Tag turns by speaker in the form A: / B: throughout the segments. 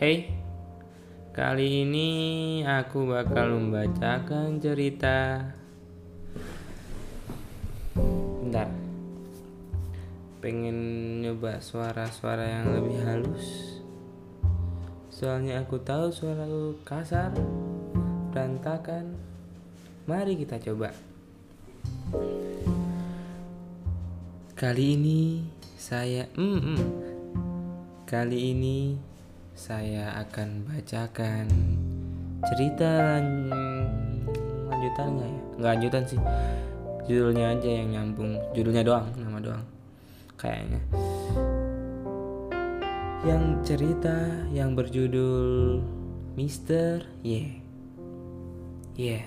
A: Hey, kali ini aku bakal membacakan cerita. Bentar, pengen nyoba suara-suara yang lebih halus. Soalnya aku tahu suaraku kasar, berantakan. Mari kita coba. Kali ini saya akan bacakan cerita lanjutan nggak ya? Nggak lanjutan sih. Judulnya aja yang nyambung. Judulnya doang, nama doang. Kayaknya. Yang cerita yang berjudul Mister Yeah. Yeah.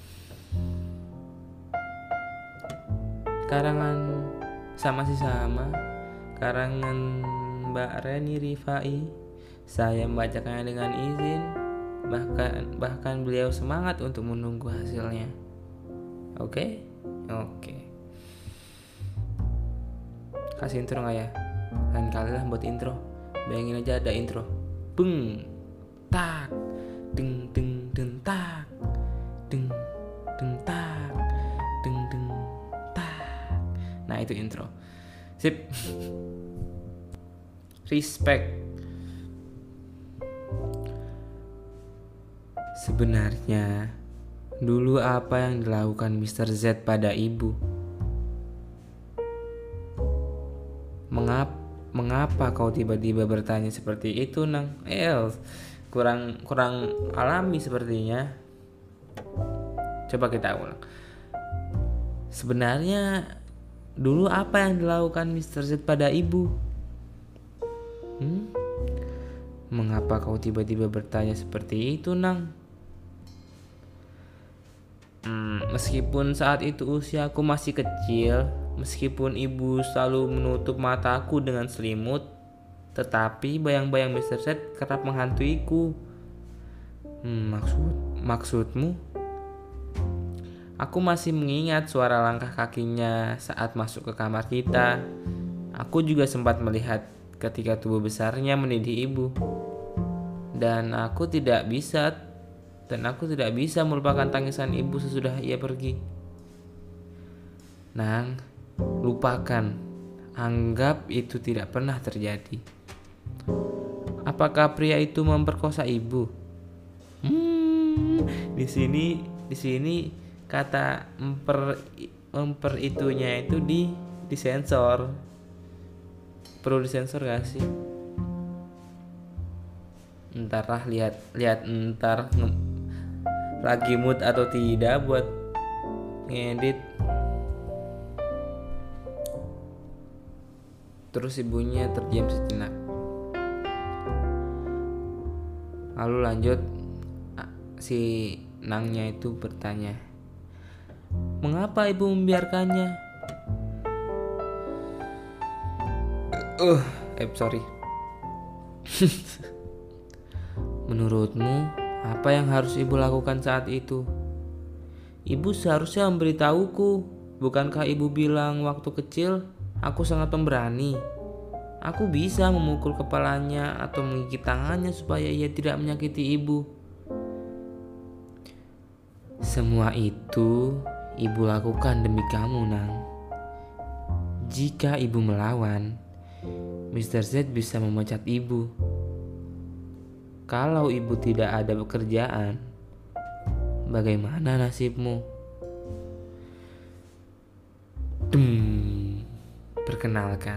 A: Karangan sama karangan Mbak Reni Rifai. Saya membacakannya dengan izin, bahkan beliau semangat untuk menunggu hasilnya. Oke. Kasih intro nggak ya? Lain kali lah buat intro. Bayangin aja ada intro. Beng, tak, deng deng deng tak, deng deng tak, deng deng tak. Nah itu intro. Sip. Respect. Sebenarnya dulu apa yang dilakukan Mr. Z pada ibu? Mengapa kau tiba-tiba bertanya seperti itu, Nang? Kurang alami sepertinya. Coba kita ulang. Sebenarnya dulu apa yang dilakukan Mr. Z pada ibu? Mengapa kau tiba-tiba bertanya seperti itu, Nang? Meskipun saat itu usiaku masih kecil, meskipun ibu selalu menutup mataku dengan selimut, tetapi bayang-bayang Mr. Z kerap menghantuiku. Maksudmu? Aku masih mengingat suara langkah kakinya saat masuk ke kamar kita. Aku juga sempat melihat ketika tubuh besarnya menindih ibu. Dan aku tidak bisa melupakan tangisan ibu sesudah ia pergi. Nang, lupakan. Anggap itu tidak pernah terjadi. Apakah pria itu memperkosa ibu? Di sini kata memper itunya itu disensor. Perlu disensor gak sih? Entarlah lihat entar lagi mood atau tidak buat ngedit. Terus ibunya terdiam sejenak. Lalu lanjut, si Nangnya itu bertanya, mengapa ibu membiarkannya? Sorry. Menurutmu, apa yang harus ibu lakukan saat itu? Ibu seharusnya memberitahuku. Bukankah ibu bilang waktu kecil aku sangat pemberani? Aku bisa memukul kepalanya atau menggigit tangannya supaya ia tidak menyakiti ibu. Semua itu ibu lakukan demi kamu, Nang. Jika ibu melawan, Mr. Z bisa memecat ibu. Kalau ibu tidak ada pekerjaan, bagaimana nasibmu? Perkenalkan,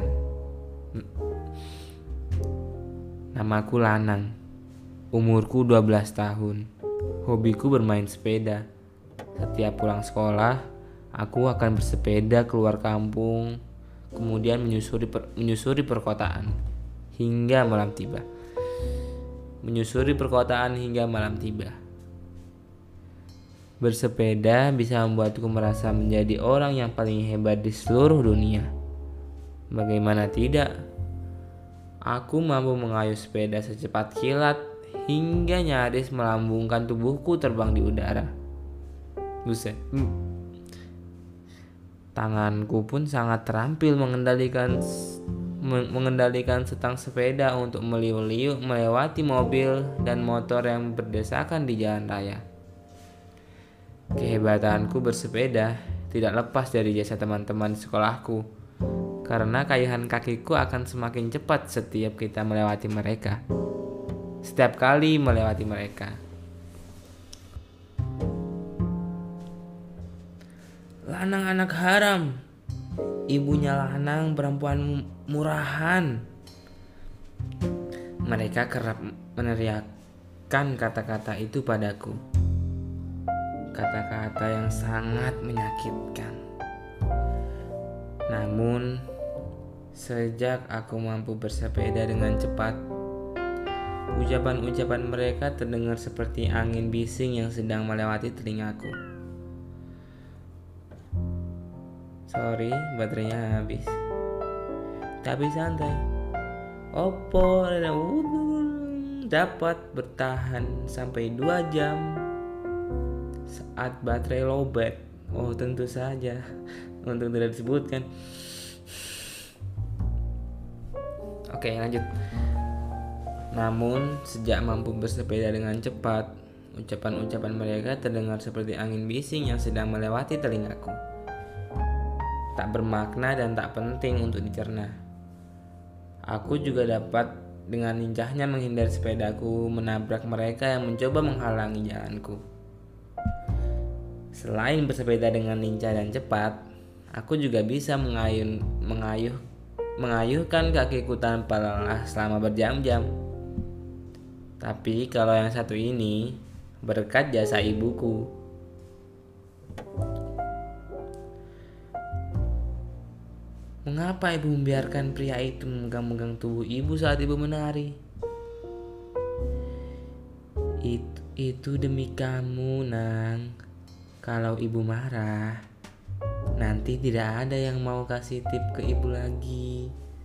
A: namaku Lanang. Umurku 12 tahun. Hobiku bermain sepeda. Setiap pulang sekolah, aku akan bersepeda keluar kampung, kemudian menyusuri perkotaan hingga malam tiba. Bersepeda bisa membuatku merasa menjadi orang yang paling hebat di seluruh dunia. Bagaimana tidak? Aku mampu mengayuh sepeda secepat kilat hingga nyaris melambungkan tubuhku terbang di udara. Buset. Tanganku pun sangat terampil mengendalikan mengendalikan setang sepeda untuk meliuk-liuk melewati mobil dan motor yang berdesakan di jalan raya. Kehebatanku bersepeda tidak lepas dari jasa teman-teman di sekolahku, karena kayuhan kakiku akan semakin cepat setiap kita melewati mereka. Setiap kali melewati mereka. Lanang anak haram, ibunya lanang perempuan murahan. Mereka kerap meneriakkan kata-kata itu padaku. Kata-kata yang sangat menyakitkan. Namun, sejak aku mampu bersepeda dengan cepat, ucapan-ucapan mereka terdengar seperti angin bising yang sedang melewati telingaku. Sorry, baterainya habis. Tapi santai. Oppo dapat bertahan sampai 2 jam saat baterai lowbat. Oh, tentu saja. Untuk tidak disebutkan. Oke, lanjut. Namun, sejak mampu bersepeda dengan cepat, ucapan-ucapan mereka terdengar seperti angin bising yang sedang melewati telingaku. Tak bermakna dan tak penting untuk dicerna. Aku juga dapat dengan lincahnya menghindari sepedaku menabrak mereka yang mencoba menghalangi jalanku. Selain bersepeda dengan lincah dan cepat, aku juga bisa mengayuhkan kakiku tanpa lelah selama berjam-jam. Tapi kalau yang satu ini berkat jasa ibuku. Mengapa ibu membiarkan pria itu memegang-megang tubuh ibu saat ibu menari? Itu demi kamu, Nang. Kalau ibu marah, nanti tidak ada yang mau kasih tip ke ibu lagi.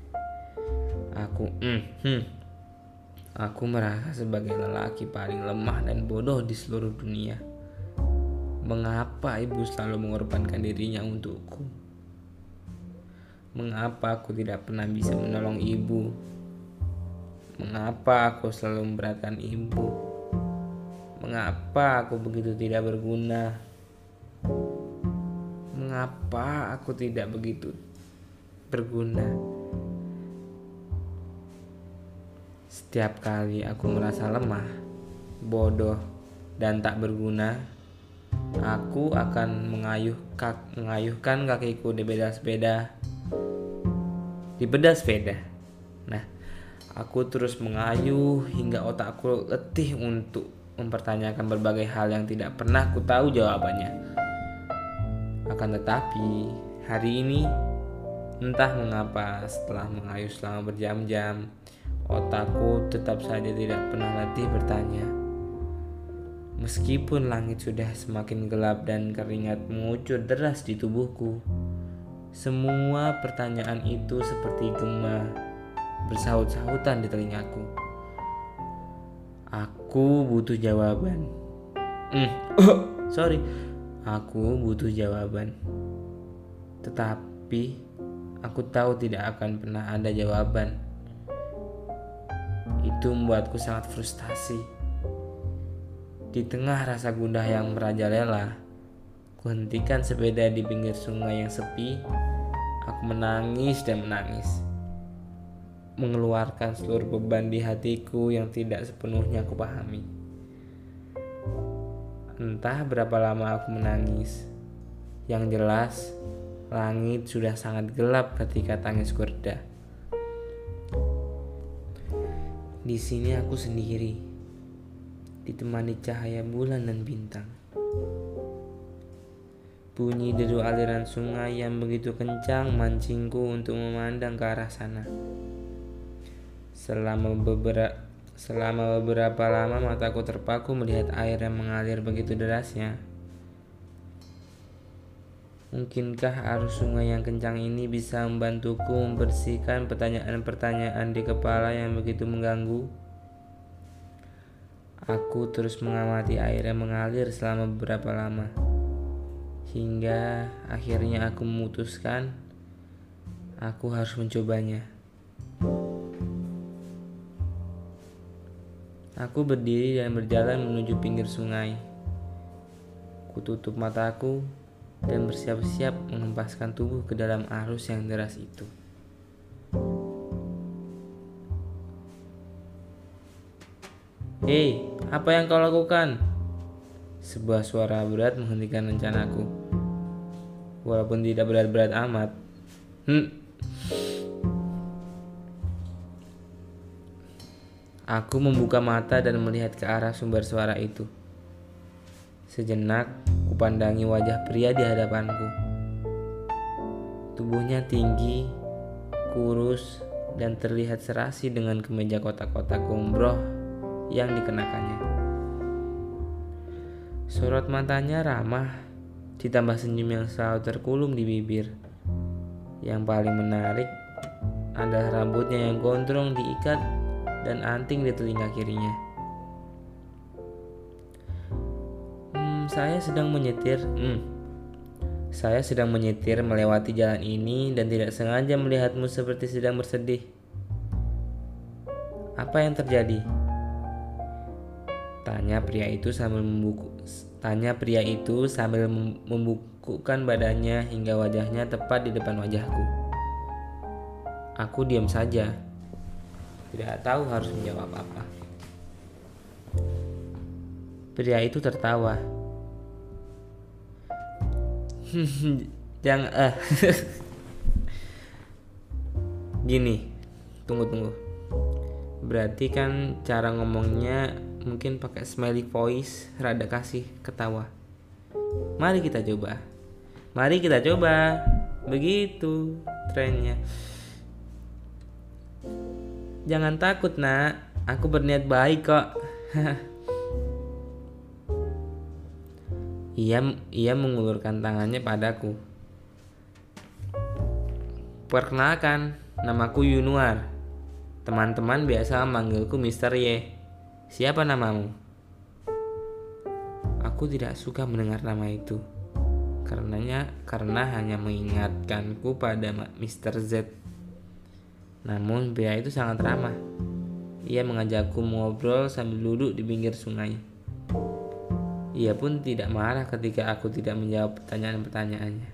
A: Aku merasa sebagai lelaki paling lemah dan bodoh di seluruh dunia. Mengapa ibu selalu mengorbankan dirinya untukku? Mengapa aku tidak pernah bisa menolong ibu? Mengapa aku selalu memberatkan ibu? Mengapa aku begitu tidak berguna? Mengapa aku tidak begitu berguna? Setiap kali aku merasa lemah, bodoh, dan tak berguna, aku akan mengayuhkan kakiku di bedah sepeda. Nah, aku terus mengayuh hingga otakku letih untuk mempertanyakan berbagai hal yang tidak pernah ku tahu jawabannya. Akan tetapi, hari ini entah mengapa setelah mengayuh selama berjam-jam, otakku tetap saja tidak pernah letih bertanya. Meskipun langit sudah semakin gelap dan keringat mengucur deras di tubuhku, semua pertanyaan itu seperti gema bersaut-sautan di telingaku. Aku butuh jawaban. Aku butuh jawaban. Tetapi aku tahu tidak akan pernah ada jawaban. Itu membuatku sangat frustasi. Di tengah rasa gundah yang merajalela, kuhentikan sepeda di pinggir sungai yang sepi. Aku menangis dan menangis, mengeluarkan seluruh beban di hatiku yang tidak sepenuhnya aku pahami. Entah berapa lama aku menangis. Yang jelas, langit sudah sangat gelap ketika tangisku reda. Di sini aku sendiri, ditemani cahaya bulan dan bintang. Bunyi deru aliran sungai yang begitu kencang mancingku untuk memandang ke arah sana. Selama beberapa lama mataku terpaku melihat air yang mengalir begitu derasnya. Mungkinkah arus sungai yang kencang ini bisa membantuku membersihkan pertanyaan-pertanyaan di kepala yang begitu mengganggu? Aku terus mengamati air yang mengalir selama beberapa lama. Hingga akhirnya aku memutuskan aku harus mencobanya. Aku berdiri dan berjalan menuju pinggir sungai. Kututup mataku dan bersiap-siap menghempaskan tubuh ke dalam arus yang deras itu. Hei, apa yang kau lakukan? Sebuah suara berat menghentikan rencanaku. Walaupun tidak berat-berat amat. Aku membuka mata dan melihat ke arah sumber suara itu. Sejenak, kupandangi wajah pria di hadapanku. Tubuhnya tinggi, kurus, dan terlihat serasi dengan kemeja kotak-kotak gombrong yang dikenakannya. Sorot matanya ramah, ditambah senyum yang selalu terkulum di bibir. Yang paling menarik adalah rambutnya yang gondrong diikat dan anting di telinga kirinya. Saya sedang menyetir melewati jalan ini dan tidak sengaja melihatmu seperti sedang bersedih. Apa yang terjadi? Tanya pria itu sambil membukukan badannya hingga wajahnya tepat di depan wajahku. Aku diam saja, tidak tahu harus menjawab apa. Pria itu tertawa. Jangan Gini, tunggu. Berarti kan cara ngomongnya mungkin pakai smiley voice, rada kasih ketawa. Mari kita coba. Begitu trennya. Jangan takut, Nak. Aku berniat baik kok. Ia mengulurkan tangannya padaku. Perkenalkan, namaku Yunuar. Teman-teman biasa memanggilku Mr. Y. Siapa namamu? Aku tidak suka mendengar nama itu. Karena hanya mengingatkanku pada Mr. Z. Namun pria itu sangat ramah. Ia mengajakku mengobrol sambil duduk di pinggir sungai. Ia pun tidak marah ketika aku tidak menjawab pertanyaan-pertanyaannya.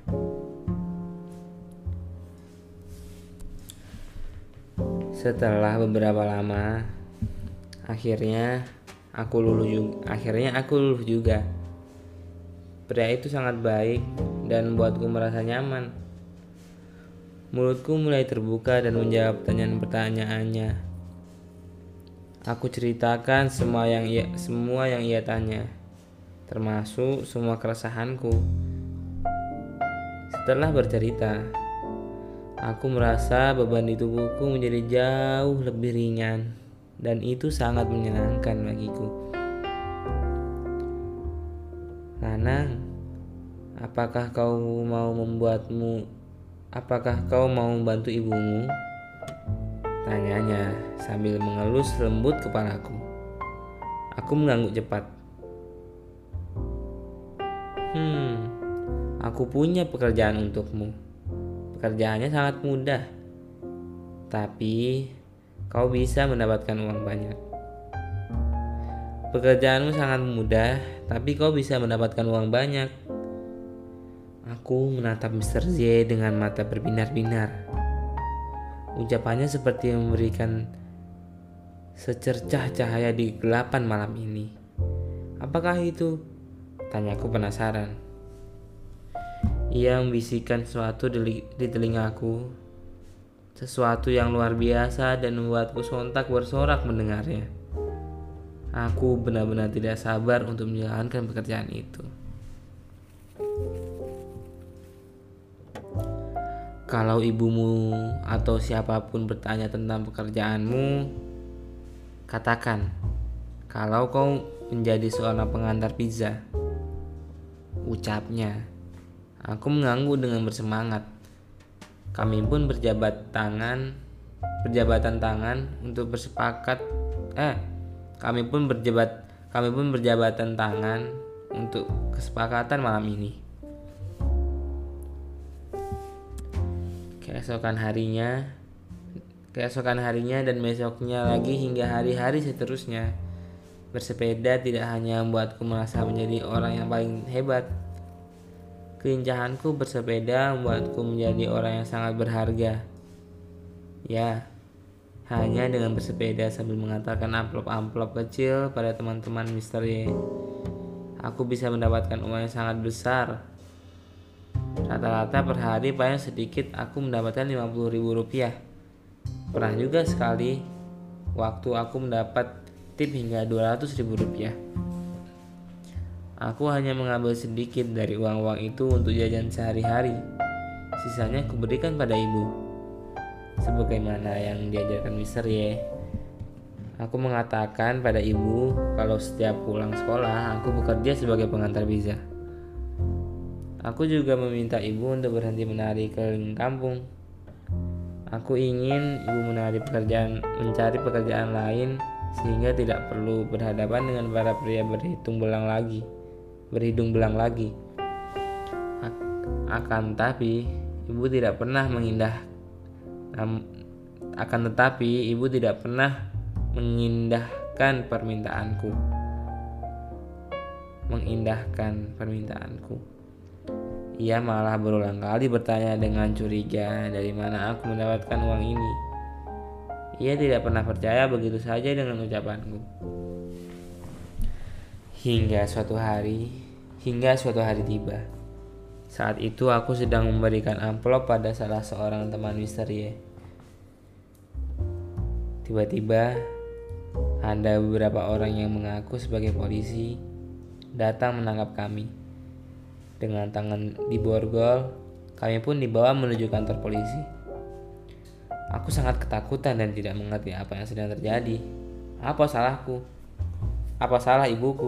A: Setelah beberapa lama, akhirnya aku luluh juga. Pria itu sangat baik dan membuatku merasa nyaman. Mulutku mulai terbuka dan menjawab pertanyaan-pertanyaannya. Aku ceritakan semua yang ia tanya, termasuk semua keresahanku. Setelah bercerita, aku merasa beban di tubuhku menjadi jauh lebih ringan, dan itu sangat menyenangkan bagiku. Lanang, apakah kau mau membantu ibumu? Tanyanya sambil mengelus lembut kepalaku. Aku mengangguk cepat. Aku punya pekerjaan untukmu. Pekerjaannya sangat mudah, tapi kau bisa mendapatkan uang banyak. Pekerjaanmu sangat mudah, tapi kau bisa mendapatkan uang banyak. Aku menatap Mr. Z dengan mata berbinar-binar. Ucapannya seperti memberikan secercah cahaya di kegelapan malam ini. Apakah itu? Tanyaku penasaran. Ia membisikkan sesuatu di telingaku. Sesuatu yang luar biasa dan membuatku sontak bersorak mendengarnya. Aku benar-benar tidak sabar untuk menjalankan pekerjaan itu. Kalau ibumu atau siapapun bertanya tentang pekerjaanmu, katakan kalau kau menjadi seorang pengantar pizza. Ucapnya. Aku mengangguk dengan bersemangat. Kami pun berjabatan tangan untuk berjabatan tangan untuk kesepakatan malam ini. Keesokan harinya dan besoknya lagi hingga hari-hari seterusnya, Bersepeda tidak hanya membuatku merasa menjadi orang yang paling hebat. Kelincahanku bersepeda membuatku menjadi orang yang sangat berharga. Ya, hanya dengan bersepeda sambil mengantarkan amplop-amplop kecil pada teman-teman Mister Y, aku bisa mendapatkan uang yang sangat besar. Rata-rata per hari paling sedikit aku mendapatkan Rp50.000. Pernah juga sekali waktu aku mendapat tip hingga Rp200.000. Aku hanya mengambil sedikit dari uang-uang itu untuk jajan sehari-hari. Sisanya aku berikan pada ibu. Sebagaimana yang diajarkan Mister Y, aku mengatakan pada ibu kalau setiap pulang sekolah aku bekerja sebagai pengantar pizza. Aku juga meminta ibu untuk berhenti menari keliling kampung. Aku ingin ibu mencari pekerjaan lain sehingga tidak perlu berhadapan dengan para pria berhidung belang lagi. Akan tetapi ibu tidak pernah mengindahkan permintaanku. Ia malah berulang kali bertanya dengan curiga dari mana aku mendapatkan uang ini. Ia tidak pernah percaya begitu saja dengan ucapanku. Hingga suatu hari tiba. Saat itu aku sedang memberikan amplop pada salah seorang teman Mister Y. Tiba-tiba ada beberapa orang yang mengaku sebagai polisi datang menangkap kami. Dengan tangan diborgol, kami pun dibawa menuju kantor polisi. Aku sangat ketakutan dan tidak mengerti apa yang sedang terjadi. Apa salahku? Apa salah ibuku?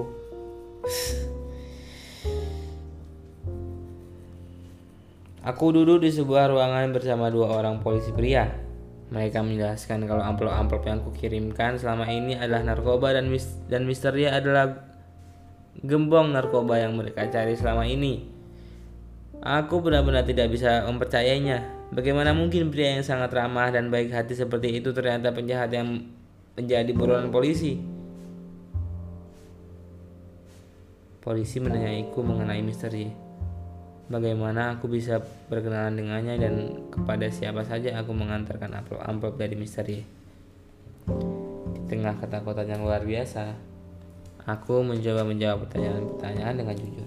A: Aku duduk di sebuah ruangan bersama dua orang polisi pria. Mereka menjelaskan kalau amplop-amplop yang kukirimkan selama ini adalah narkoba dan Mister Y adalah gembong narkoba yang mereka cari selama ini. Aku benar-benar tidak bisa mempercayainya. Bagaimana mungkin pria yang sangat ramah dan baik hati seperti itu ternyata penjahat yang menjadi buronan polisi? Polisi menanyaiku mengenai Mister Y. Bagaimana aku bisa berkenalan dengannya dan kepada siapa saja aku mengantarkan amplop dari Mister Y. Di tengah ketakutan yang luar biasa, aku mencoba menjawab pertanyaan-pertanyaan dengan jujur.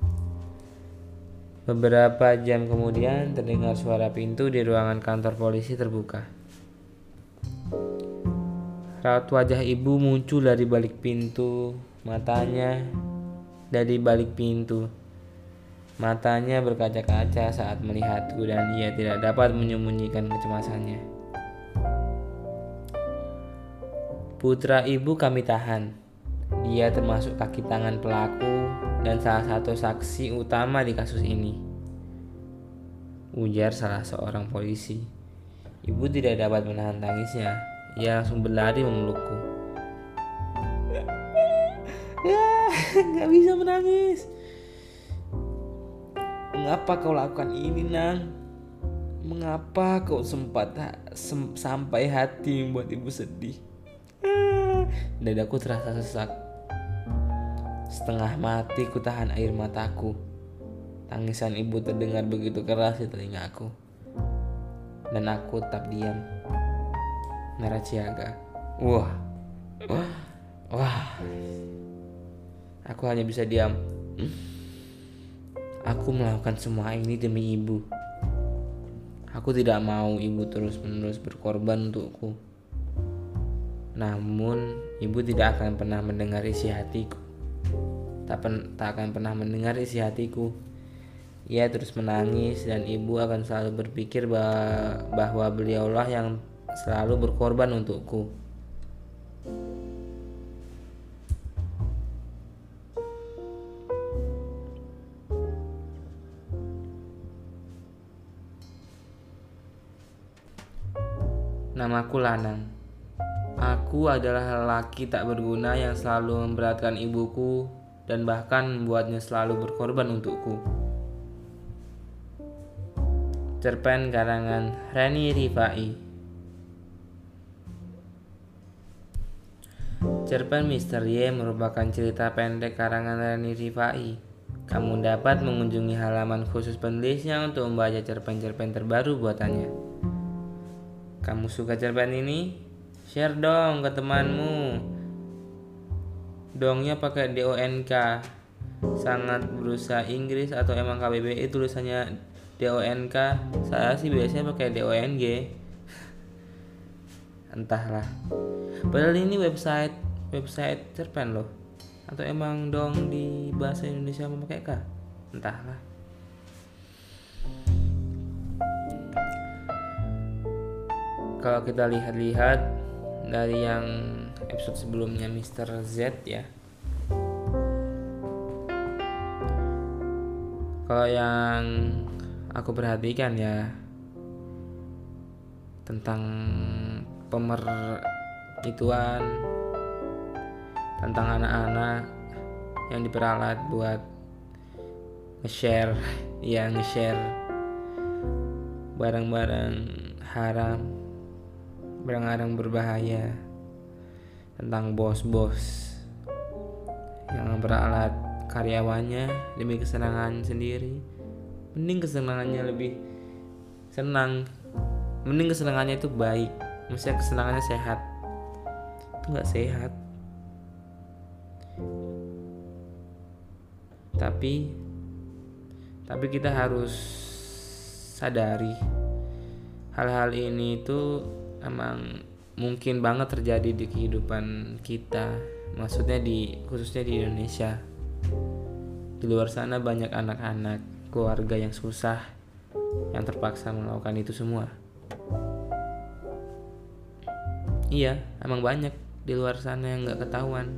A: Beberapa jam kemudian terdengar suara pintu di ruangan kantor polisi terbuka. Raut wajah ibu muncul dari balik pintu. Matanya berkaca-kaca saat melihatku dan ia tidak dapat menyembunyikan kecemasannya. Putra ibu kami tahan. Dia termasuk kaki tangan pelaku dan salah satu saksi utama di kasus ini, ujar salah seorang polisi. Ibu tidak dapat menahan tangisnya. Ia langsung berlari memelukku. Gak bisa menangis. Mengapa kau lakukan ini, Nang? Mengapa kau sampai hati membuat ibu sedih? Dadaku terasa sesak. Setengah mati ku tahan air mataku. Tangisan ibu terdengar begitu keras di telingaku. Dan aku tetap diam. Merah siaga. Wah. Aku hanya bisa diam. Aku melakukan semua ini demi ibu. Aku tidak mau ibu terus-menerus berkorban untukku. Namun ibu tidak akan pernah mendengar isi hatiku. Tak akan pernah mendengar isi hatiku. Ia terus menangis dan ibu akan selalu berpikir bahwa beliaulah yang selalu berkorban untukku. Namaku Lanang. Aku adalah lelaki tak berguna yang selalu memberatkan ibuku dan bahkan membuatnya selalu berkorban untukku. Cerpen karangan Reni Rifai. Cerpen Mr. Y merupakan cerita pendek karangan Reni Rifai. Kamu dapat mengunjungi halaman khusus penulisnya untuk membaca cerpen-cerpen terbaru buatannya. Kamu suka cerpen ini? Share dong ke temanmu. Dongnya pakai DONK. Sangat berusaha Inggris atau emang KBBI tulisannya DONK? Saya sih biasanya pakai DONG. Entahlah. Padahal ini website cerpen loh. Atau emang dong di bahasa Indonesia memakai K? Entahlah. Kalau kita lihat-lihat dari yang episode sebelumnya Mr. Z ya. Kalau yang aku perhatikan ya tentang ituan, tentang anak-anak yang diperalat buat nge-share barang-barang haram, barang-barang berbahaya, tentang bos-bos yang memperalat karyawannya demi kesenangan sendiri. Mending kesenangannya itu baik, maksudnya kesenangannya sehat. Itu nggak sehat. Tapi kita harus sadari hal-hal ini itu emang mungkin banget terjadi di kehidupan kita, maksudnya khususnya di Indonesia. Di luar sana banyak anak-anak keluarga yang susah, yang terpaksa melakukan itu semua. Iya, emang banyak di luar sana yang gak ketahuan.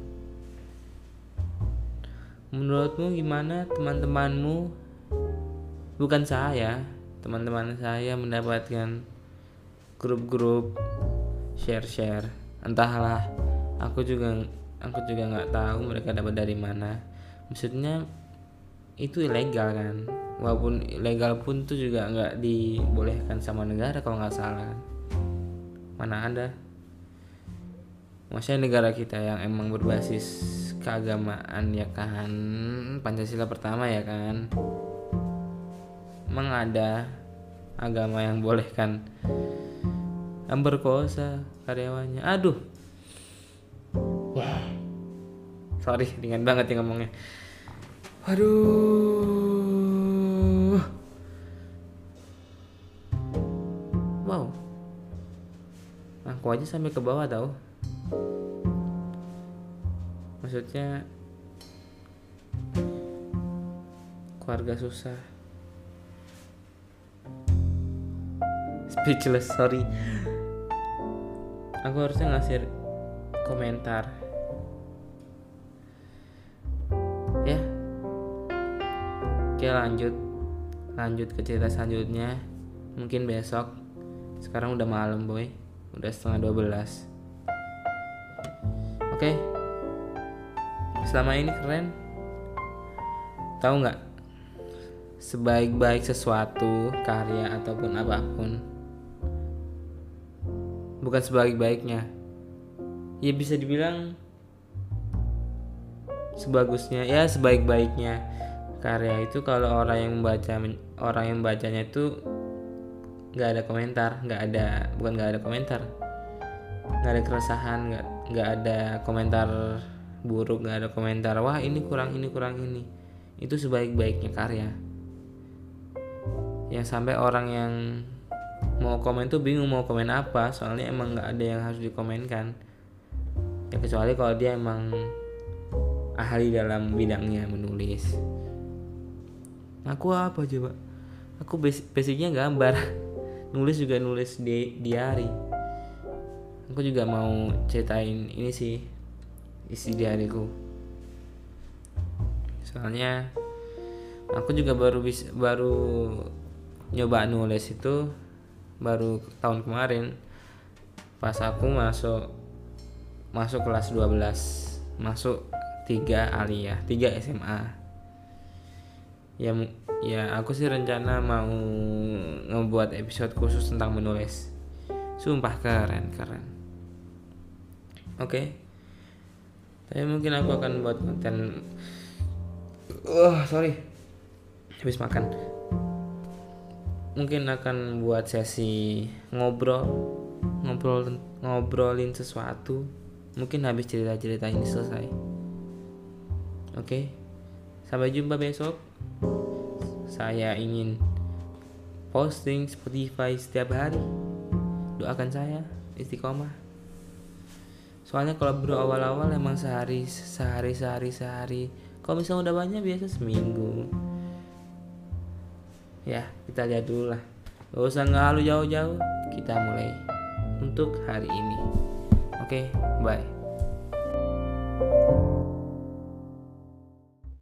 A: Menurutmu gimana teman-temanmu? Bukan saya, teman-teman saya mendapatkan grup-grup share. Entahlah, aku juga nggak tahu mereka dapat dari mana. Maksudnya itu ilegal kan? Walaupun ilegal pun tuh juga nggak dibolehkan sama negara kalau nggak salah kan? Mana ada? Maksudnya negara kita yang emang berbasis keagamaan ya kan, Pancasila pertama ya kan, emang ada agama yang bolehkan memperkosa karyawannya. Aduh, wah, sorry ringan banget ya ngomongnya. Waduh, wow, aku aja sampai ke bawah tau. Maksudnya keluarga susah, speechless, sorry. Aku harusnya ngasih komentar ya. Oke, lanjut ke cerita selanjutnya mungkin besok. Sekarang udah malam boy, udah 11:30. Oke. Selama ini keren. Tahu nggak? Sebaik-baik sesuatu, karya ataupun apapun, bukan sebaik-baiknya. Ya bisa dibilang sebagusnya, ya sebaik-baiknya karya itu kalau orang yang membacanya itu nggak ada komentar, nggak ada keresahan, nggak ada komentar buruk, nggak ada komentar wah ini kurang ini. Itu sebaik-baiknya karya. Yang sampai orang yang mau komen tuh bingung mau komen apa, soalnya emang nggak ada yang harus dikomenkan ya, kecuali kalau dia emang ahli dalam bidangnya menulis. Aku apa coba? Aku basicnya gambar. Nulis juga nulis di diary. Aku juga mau ceritain ini sih, isi diariku. Soalnya aku juga baru nyoba nulis itu baru tahun kemarin, pas aku masuk kelas 12, masuk 3 aliyah, 3 SMA. Ya aku sih rencana mau ngebuat episode khusus tentang menulis. Sumpah keren. Oke. Tapi mungkin aku akan buat konten. Sorry, habis makan. Mungkin akan buat sesi ngobrolin sesuatu. Mungkin habis cerita-cerita ini selesai. Oke, sampai jumpa besok. Saya ingin posting Spotify setiap hari. Doakan saya istiqomah. Soalnya kalau bro awal-awal emang sehari. Kalau misalnya udah banyak biasa seminggu. Ya, kita lihat dulu lah. Gak usah ngehalu jauh-jauh. Kita mulai untuk hari ini. Oke, bye.